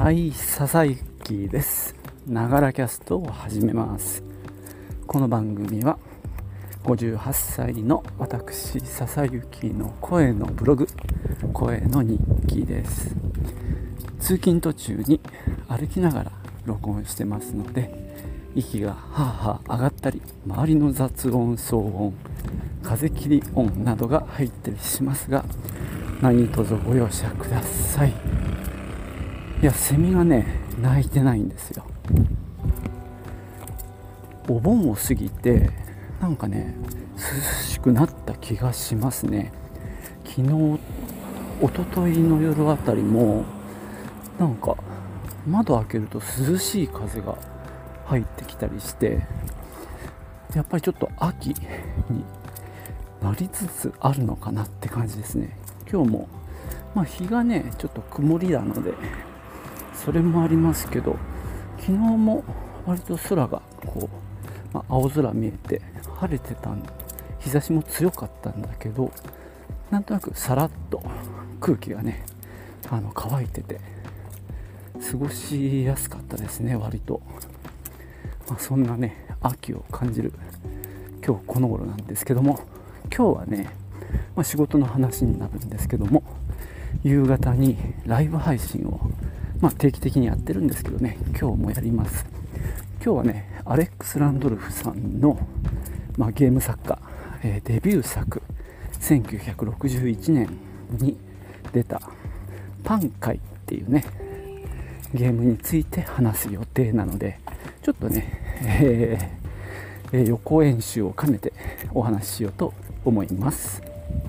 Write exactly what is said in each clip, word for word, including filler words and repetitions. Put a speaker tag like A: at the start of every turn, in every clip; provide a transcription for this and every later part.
A: はい、笹雪です。ながらキャストを始めます。この番組はごじゅうはっさいの私笹雪の声のブログ、声の日記です。通勤途中に歩きながら録音してますので、息がはあはあ上がったり、周りの雑音、騒音、風切り音などが入ったりしますが、何卒ご容赦ください。いや、セミがね鳴いてないんですよ。お盆を過ぎてなんかね涼しくなった気がしますね。昨日一昨日の夜あたりもなんか窓開けると涼しい風が入ってきたりして、やっぱりちょっと秋になりつつあるのかなって感じですね。今日も、まあ、日がねちょっと曇りなのでそれもありますけど、昨日も割と空がこう、まあ、青空見えて晴れてたんで、日差しも強かったんだけど、なんとなくさらっと空気がねあの乾いてて過ごしやすかったですね、割と。まあ、そんなね秋を感じる今日この頃なんですけども、今日はね、まあ、仕事の話になるんですけども、夕方にライブ配信を、まあ、定期的にやってるんですけどね、今日もやります。今日はねアレックス・ランドルフさんの、まあ、ゲーム作家、えー、デビュー作せんきゅうひゃくろくじゅういちねんに出たパン界っていうねゲームについて話す予定なので、ちょっとね、えーえー、予行演習を兼ねてお話ししようと思います。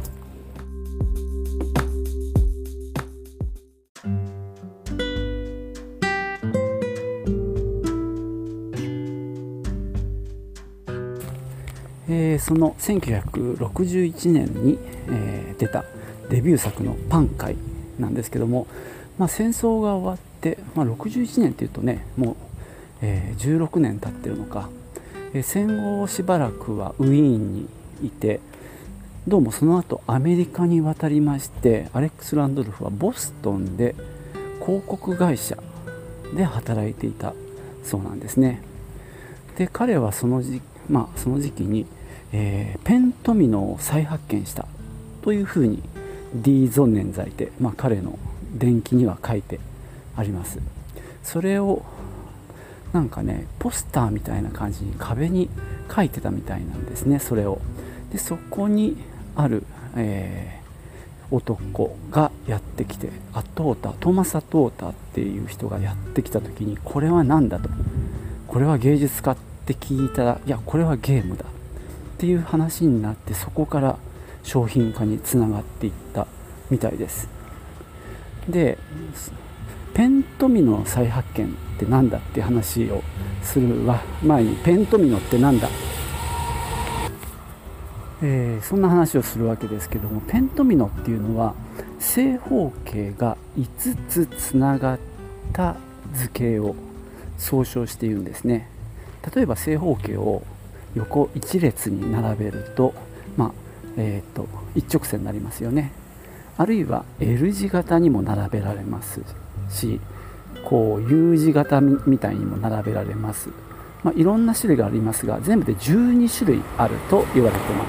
A: えー、そのせんきゅうひゃくろくじゅういちねんに、えー、出たデビュー作のパン界なんですけども、まあ、戦争が終わって、まあ、ろくじゅういちねんっていうとねもう、えー、じゅうろくねん経ってるのか、えー、戦後しばらくはウィーンにいて、どうもその後アメリカに渡りまして、アレックス・ランドルフはボストンで広告会社で働いていたそうなんですね。で彼はその時、まあ、その時期に、えー、ペントミノを再発見したというふうに D ゾンネンザイて、まあ、彼の伝記には書いてあります。それをなんかねポスターみたいな感じに壁に書いてたみたいなんですね。それをでそこにある、えー、男がやってきて、アトータトーマス・アトータっていう人がやってきた時に、これは何だと、これは芸術家って聞いたら、いやこれはゲームだっていう話になって、そこから商品化につながっていったみたいです。でペントミノの再発見ってなんだって話をする前に、ペントミノってなんだ、えー、そんな話をするわけですけども、ペントミノっていうのは正方形がいつつつながった図形を総称しているんですね。例えば正方形を横一列に並べると、まあえー、と一直線になりますよね。あるいは L 字型にも並べられますし、こう U 字型みたいにも並べられます。まあ、いろんな種類がありますが、全部でじゅうにしゅるいあると言われています。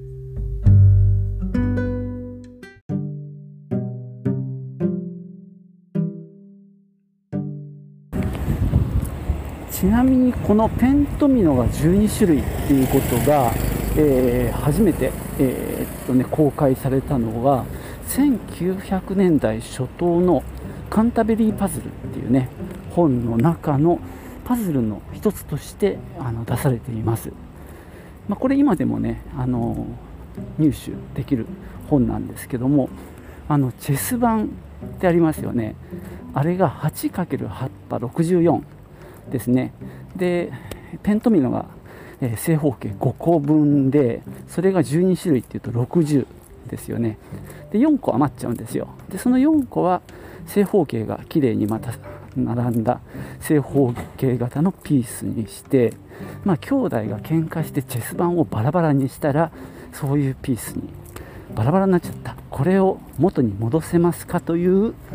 A: ちなみにこのペントミノがじゅうにしゅるいっていうことが、えー、初めて、えーっとね、公開されたのがせんきゅうひゃくねんだい初頭のカンタベリーパズルっていうね本の中のパズルの一つとしてあの出されています。まあ、これ今でもねあの入手できる本なんですけども、あのチェス盤ってありますよね。あれが はちかけるはち ろくじゅうよんですね。でペントミノが、えー、正方形ごこぶんで、それがじゅうにしゅるいっていうとろくじゅうですよね。でよんこ余っちゃうんですよ。でそのよんこは正方形がきれいにまた並んだ正方形型のピースにして、まあ兄弟が喧嘩してチェス盤をバラバラにしたら、そういうピースにバラバラになっちゃった、これを元に戻せますかという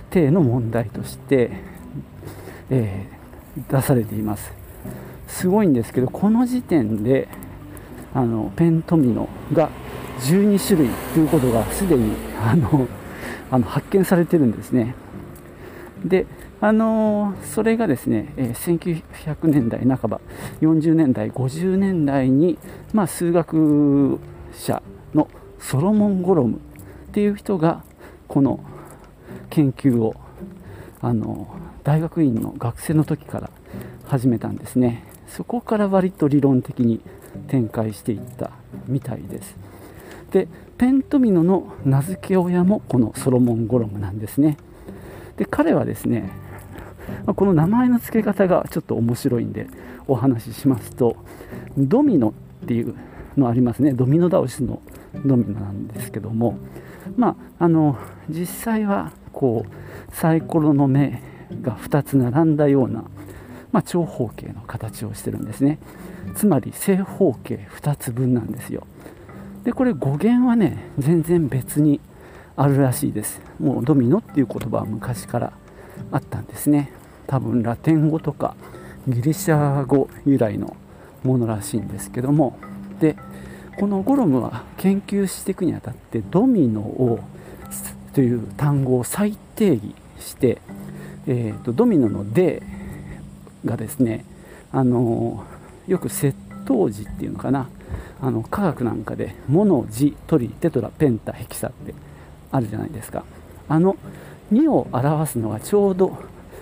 A: 定の問題として、えー、出されています。すごいんですけど、この時点であのペントミノがじゅうにしゅるいということがすでにあのあの発見されてるんですね。で、あのー、それがですね、えー、せんきゅうひゃくねんだいなかば、よんじゅうねんだい、ごじゅうねんだいに、まあ、数学者のソロモン・ゴロムっていう人がこの研究をあの大学院の学生の時から始めたんですね。そこから割と理論的に展開していったみたいです。で、ペントミノの名付け親もこのソロモン・ゴロムなんですね。で、彼はですね、この名前の付け方がちょっと面白いんでお話ししますと、ドミノっていうのありますね。ドミノ倒しのドミノなんですけども、まあ、あの実際はこうサイコロの目がふたつ並んだような、まあ、長方形の形をしてるんですね。つまり正方形ふたつぶんなんですよ。で、これ語源はね、全然別にあるらしいです。もうドミノっていう言葉は昔からあったんですね。多分ラテン語とかギリシャ語由来のものらしいんですけども、でこのゴロムは研究していくにあたってドミノをという単語を再定義して、えー、とドミノの D がですね、あのよく窃盗時っていうのかな、あの科学なんかでモノ、ジ、トリ、テトラ、ペンタ、ヘキサってあるじゃないですか。あのにを表すのがちょうど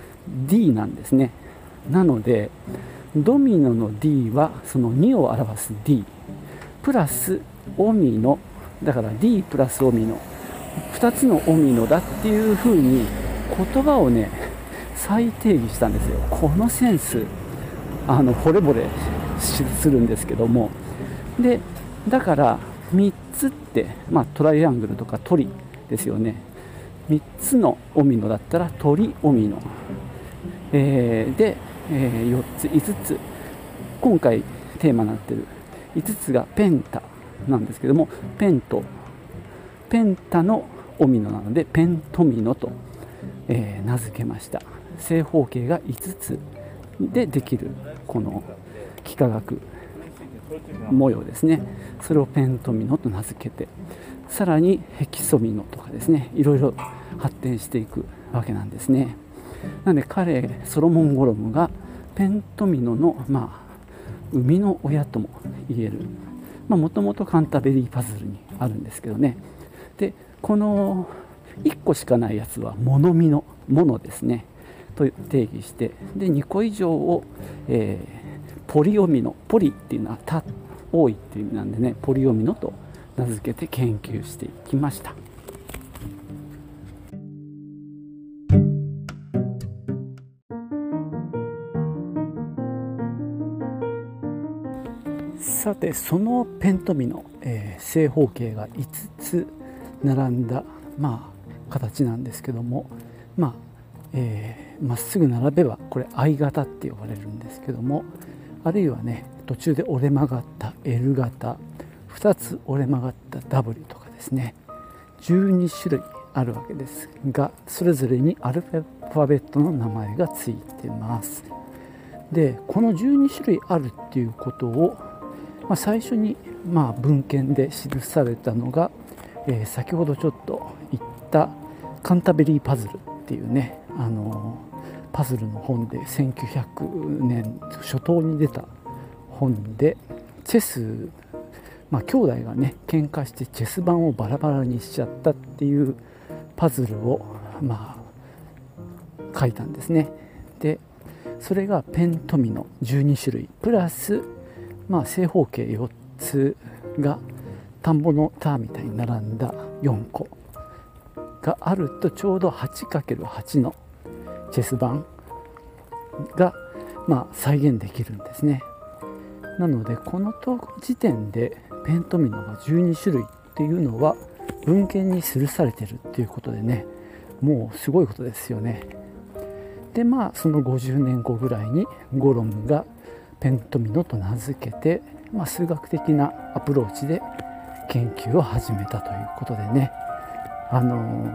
A: D なんですね。なのでドミノの D はそのにを表す D プラスオミノだから D プラスオミノふたつのオミノだっていう風に言葉をね再定義したんですよ。このセンスあの惚れ惚れするんですけども、でだからみっつって、まあ、トライアングルとかトリですよね。みっつのオミノだったらトリオミノ、えー、で、えー、よっついつつ今回テーマになっているいつつがペンタなんですけども、ペントペンタのオミノなのでペントミノと、えー、名付けました。正方形がいつつでできるこの幾何学模様ですね。それをペントミノと名付けて、さらにヘキソミノとかですね、いろいろ発展していくわけなんですね。なので彼ソロモン・ゴロムがペントミノのまあ生みの親とも言える、もともとカンタベリーパズルにあるんですけどね。でこのいっこしかないやつはモノミノモノですねと定義して、でにこ以上を、えー、ポリオミノ、ポリっていうのは多多いっていう意味なんでね、ポリオミノと名付けて研究していきました。さて、そのペントミノ、えー、正方形がいつつ並んだ、まあ、形なんですけども、まあえー、まっすぐ並べばこれ アイ 型って呼ばれるんですけども、あるいはね途中で折れ曲がった エル 型、ふたつ折れ曲がった ダブリュー とかですね、じゅうにしゅるいあるわけですが、それぞれにアルファベットの名前がついてます。でこのじゅうにしゅるいあるっていうことを、まあ、最初にまあ文献で記されたのが、えー、先ほどちょっと言ったカンタベリーパズルっていうね、あのー、パズルの本でせんきゅうひゃくねん初頭に出た本で、チェス、まあ、兄弟がね喧嘩してチェス盤をバラバラにしちゃったっていうパズルをまあ書いたんですね。でそれがペントミノじゅうにしゅるいプラス、まあ、正方形よっつが田んぼの田みたいに並んだよんこがあると、ちょうど はちかけるはち のチェス盤が、まあ、再現できるんですね。なのでこの時点でペントミノがじゅうにしゅるいっていうのは文献に記されてるっていうことでね、もうすごいことですよね。でまあそのごじゅうねんごぐらいにゴロムがペントミノと名付けて、まあ、数学的なアプローチで研究を始めたということでね、あの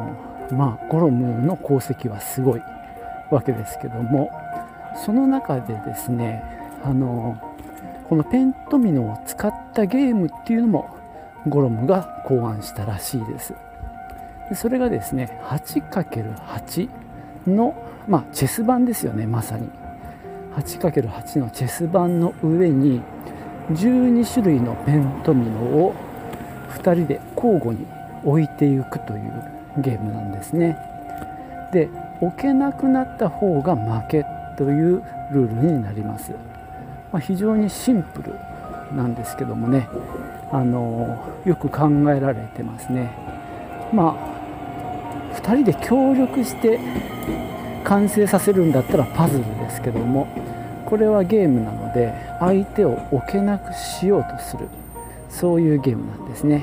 A: まあゴロムの功績はすごいわけですけども、その中でですね、あのこのペントミノを使ったゲームっていうのもゴロムが考案したらしいです。でそれがですね はちかけるはち の、まあ、チェス盤ですよね。まさに はちかけるはち のチェス盤の上にじゅうにしゅるいのペントミノをふたりで交互に置いていくというゲームなんですね。で置けなくなった方が負けというルールになります。まあ、非常にシンプルなんですけどもね、あのよく考えられてますね。まあふたりで協力して完成させるんだったらパズルですけども、これはゲームなので相手を置けなくしようとする、そういうゲームなんですね。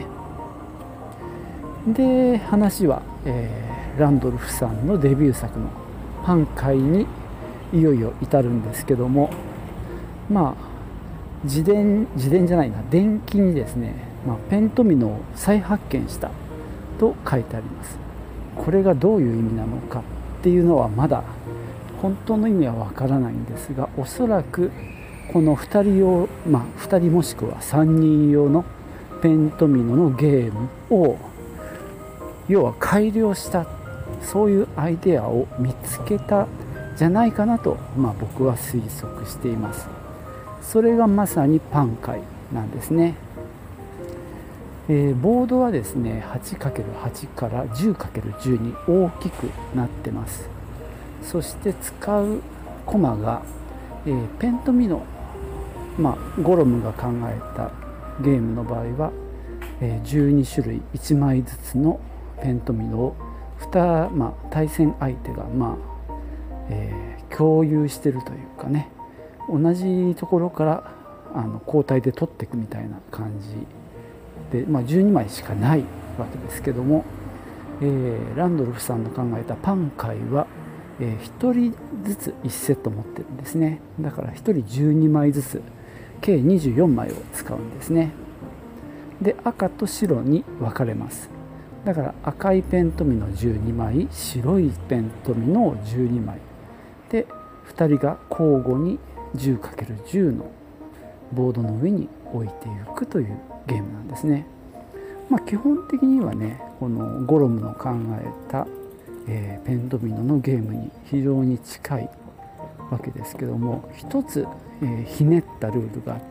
A: で話は、えー、ランドルフさんのデビュー作のパン界にいよいよ至るんですけども、まあ自伝自伝じゃないな伝記にですね、まあ、ペントミノを再発見したと書いてあります。これがどういう意味なのかっていうのはまだ本当の意味はわからないんですが、おそらくこのふたり用、まあ、ふたりもしくはさんにん用のペントミノのゲームを要は改良した、そういうアイデアを見つけたじゃないかなと、まあ、僕は推測しています。それがまさにパン界なんですね。えー、ボードはですね はちかけるはち から じゅうかけるじゅうに大きくなってます。そして使うコマが、えー、ペントミノ、まあ、ゴロムが考えたゲームの場合は、えー、じゅうにしゅるいいちまいずつのペントミノをに、まあ、対戦相手が、まあえー、共有してるというかね、同じところからあの交代で取っていくみたいな感じで、まあ、じゅうにまいしかないわけですけども、えー、ランドルフさんの考えたパン界は、えー、ひとりずついちセット持ってるんですね。だからひとりじゅうにまいずつ計にじゅうよんまいを使うんですね。で赤と白に分かれます。だから赤いペントミノじゅうにまい、白いペントミノをじゅうにまいでふたりが交互に じゅうかけるじゅう のボードの上に置いていくというゲームなんですね。まあ、基本的にはね、このゴロムの考えた、えー、ペントミノのゲームに非常に近いわけですけども、一つ、えー、ひねったルールがあって、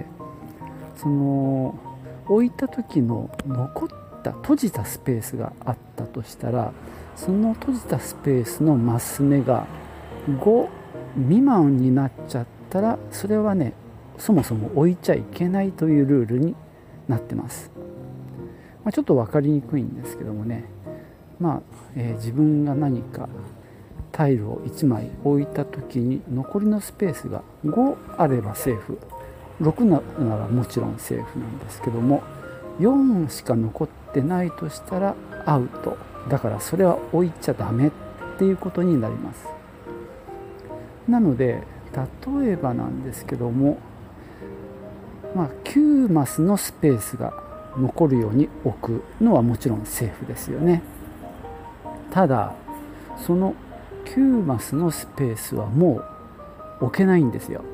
A: その置いた時の残った閉じたスペースがあったとしたら、その閉じたスペースのマス目がご未満になっちゃったら、それはねそもそも置いちゃいけないというルールになってます。まあ、ちょっと分かりにくいんですけどもね、まあえー、自分が何かタイルをいちまい置いた時に残りのスペースがごあればセーフ、ろくならもちろんセーフなんですけども、よんしか残ってないとしたらアウトだから、それは置いちゃダメっていうことになります。なので例えばなんですけども、まあ、きゅうマスのスペースが残るように置くのはもちろんセーフですよね。ただそのきゅうマスのスペースはもう置けないんですよ。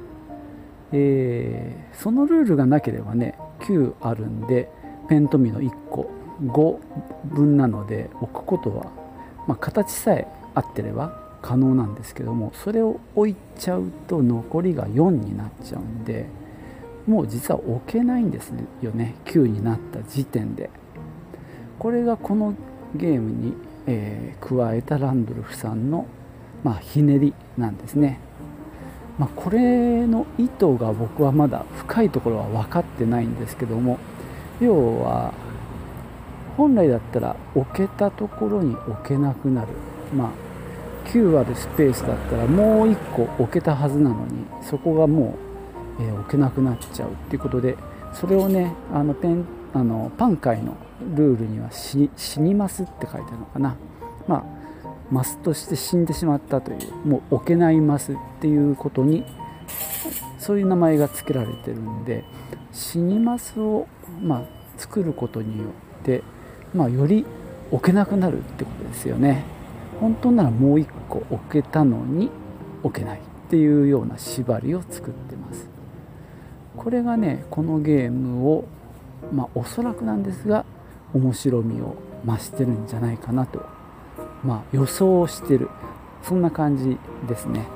A: えー、そのルールがなければね、きゅうあるんでペントミノいっこごぶんなので置くことは、まあ、形さえ合ってれば可能なんですけども、それを置いちゃうと残りがよんになっちゃうんで、もう実は置けないんですよね、きゅうになった時点で。これがこのゲームに、えー、加えたランドルフさんの、まあ、ひねりなんですね。まあ、これの意図が僕はまだ深いところは分かってないんですけども、要は本来だったら置けたところに置けなくなる、まあ、きゅうあるスペースだったらもういっこ置けたはずなのに、そこがもう、えー、置けなくなっちゃうっていうことで、それをねあのペンあのパン界のルールには死にますって書いてあるのかな。まあマスとして死んでしまったという、もう置けないマスっていうことにそういう名前が付けられてるんで、死にマスを、まあ、作ることによって、まあ、より置けなくなるってことですよね。本当ならもういっこ置けたのに置けないっていうような縛りを作ってます。これがねこのゲームをまあおそらくなんですが面白みを増してるんじゃないかなと、まあ予想してる、そんな感じですね。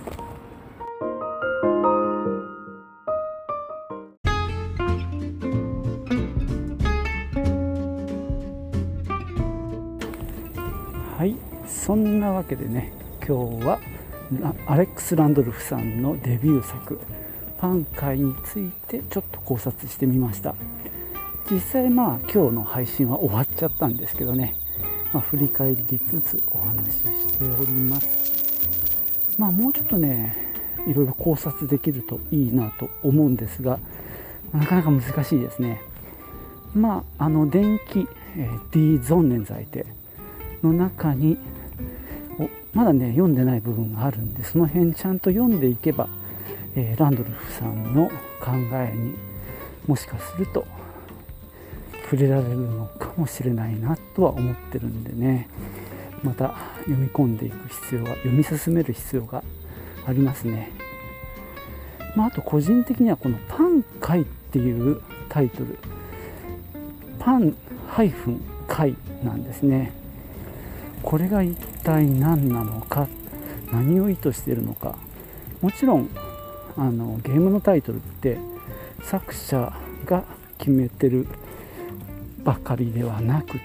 A: はい、そんなわけでね今日はアレックス・ランドルフさんのデビュー作パン界についてちょっと考察してみました。実際まあ今日の配信は終わっちゃったんですけどね、まあ、振り返りつつお話ししております。まあもうちょっとねいろいろ考察できるといいなと思うんですが、なかなか難しいですね。まああの電気、えー、D 存念剤手の中にまだね読んでない部分があるんで、その辺ちゃんと読んでいけば、えー、ランドルフさんの考えにもしかすると触れられるのかもしれないなとは思ってるんでね、また読み込んでいく必要が読み進める必要がありますね。まあ、あと個人的にはこのパン界っていうタイトル、パン界なんですね。これが一体何なのか、何を意図しているのか。もちろんあのゲームのタイトルって作者が決めてるばかりではなくって、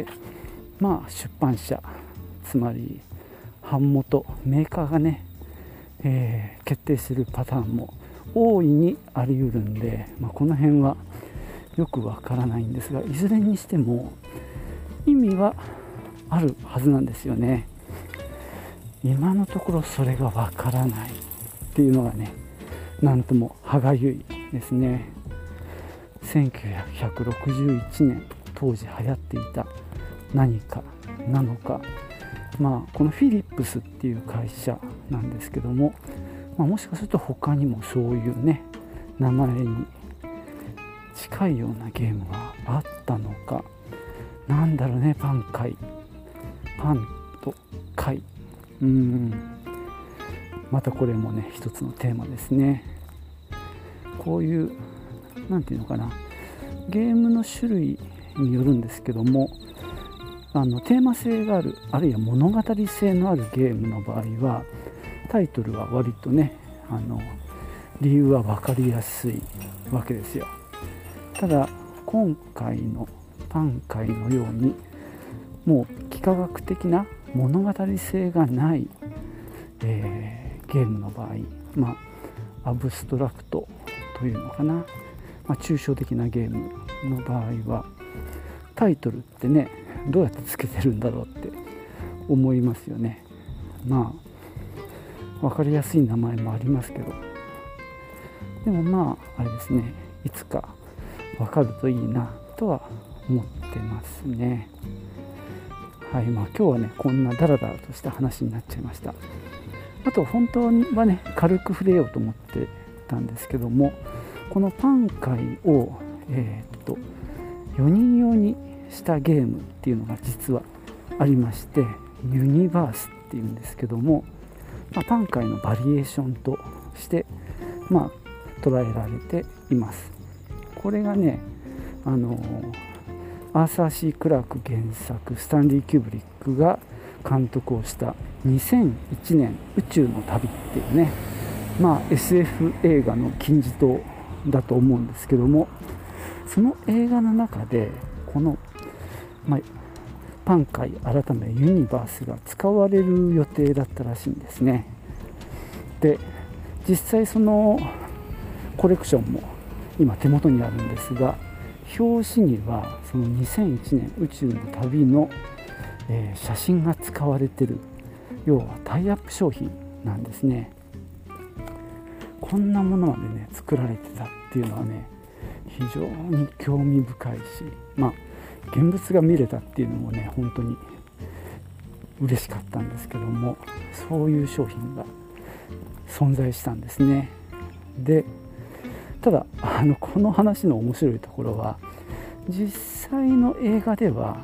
A: まあ出版社つまり版元メーカーがね、えー、決定するパターンも大いにあり得るんで、まあ、この辺はよくわからないんですが、いずれにしても意味はあるはずなんですよね。今のところそれがわからないっていうのがね、なんとも歯がゆいですね。せんきゅうひゃくろくじゅういちねん当時流行っていた何かなのか、まあこのフィリップスっていう会社なんですけども、まあ、もしかすると他にもそういうね名前に近いようなゲームがあったのか、なんだろうね、パン界、パンと界、うーんまたこれもね一つのテーマですね。こういうなんていうのかな、ゲームの種類によるんですけども、あのテーマ性がある、あるいは物語性のあるゲームの場合はタイトルは割とねあの理由は分かりやすいわけですよ。ただ今回のパン界のようにもう幾何学的な物語性がない、えー、ゲームの場合、まあアブストラクトというのかな、まあ、抽象的なゲームの場合はタイトルってねどうやってつけてるんだろうって思いますよね。まあ分かりやすい名前もありますけど、でもまああれですね、いつか分かるといいなとは思ってますね。はい、まあ今日はねこんなダラダラとした話になっちゃいました。あと本当はね軽く触れようと思ってたんですけども、このパン界を、えー、っとよにん用にしたゲームっていうのが実はありまして、ユニバースっていうんですけども、まあ、パン界のバリエーションとして、まあ、捉えられています。これがねあのアーサー・シー・クラーク原作、スタンリー・キューブリックが監督をしたにせんいちねん宇宙の旅っていうね、まあ エスエフ 映画の金字塔だと思うんですけども、その映画の中でこの、まあ、パン界改めユニバースが使われる予定だったらしいんですね。で実際そのコレクションも今手元にあるんですが、表紙にはそのにせんいちねん宇宙の旅の、えー、写真が使われてる、要はタイアップ商品なんですね。こんなものまでね作られてたっていうのはね非常に興味深いし、まあ現物が見れたっていうのもね本当に嬉しかったんですけども、そういう商品が存在したんですね。でただあのこの話の面白いところは、実際の映画では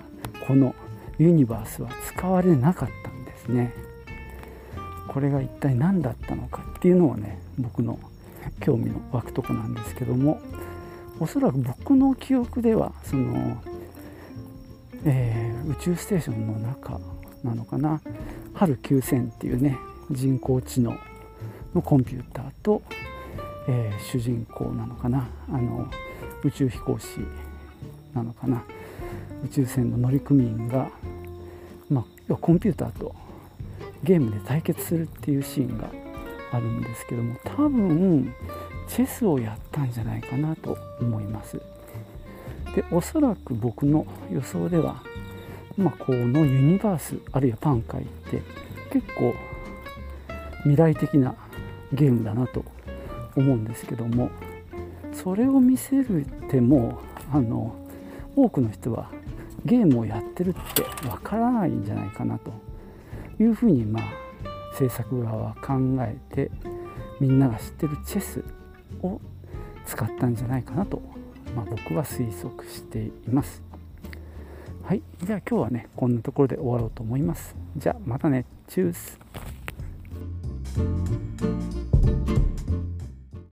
A: このユニバースは使われなかったんですね。これが一体何だったのかっていうのをね、僕の興味の湧くとこなんですけども、おそらく僕の記憶ではその、えー、宇宙ステーションの中なのかな、ハルきゅうせんっていうね人工知能のコンピューターと、えー、主人公なのかな、あの宇宙飛行士なのかな、宇宙船の乗組員が、まあ、コンピューターとゲームで対決するっていうシーンがあるんですけども、多分チェスをやったんじゃないかなと思います。でおそらく僕の予想では、まあ、このユニバースあるいはパン界って結構未来的なゲームだなと思うんですけども、それを見せるてもあの多くの人はゲームをやってるってわからないんじゃないかなというふうに、まあ制作側は考えて、みんなが知ってるチェスを使ったんじゃないかなと、まあ、僕は推測しています。はい、じゃあ今日はねこんなところで終わろうと思います。じゃあまたね、チュース。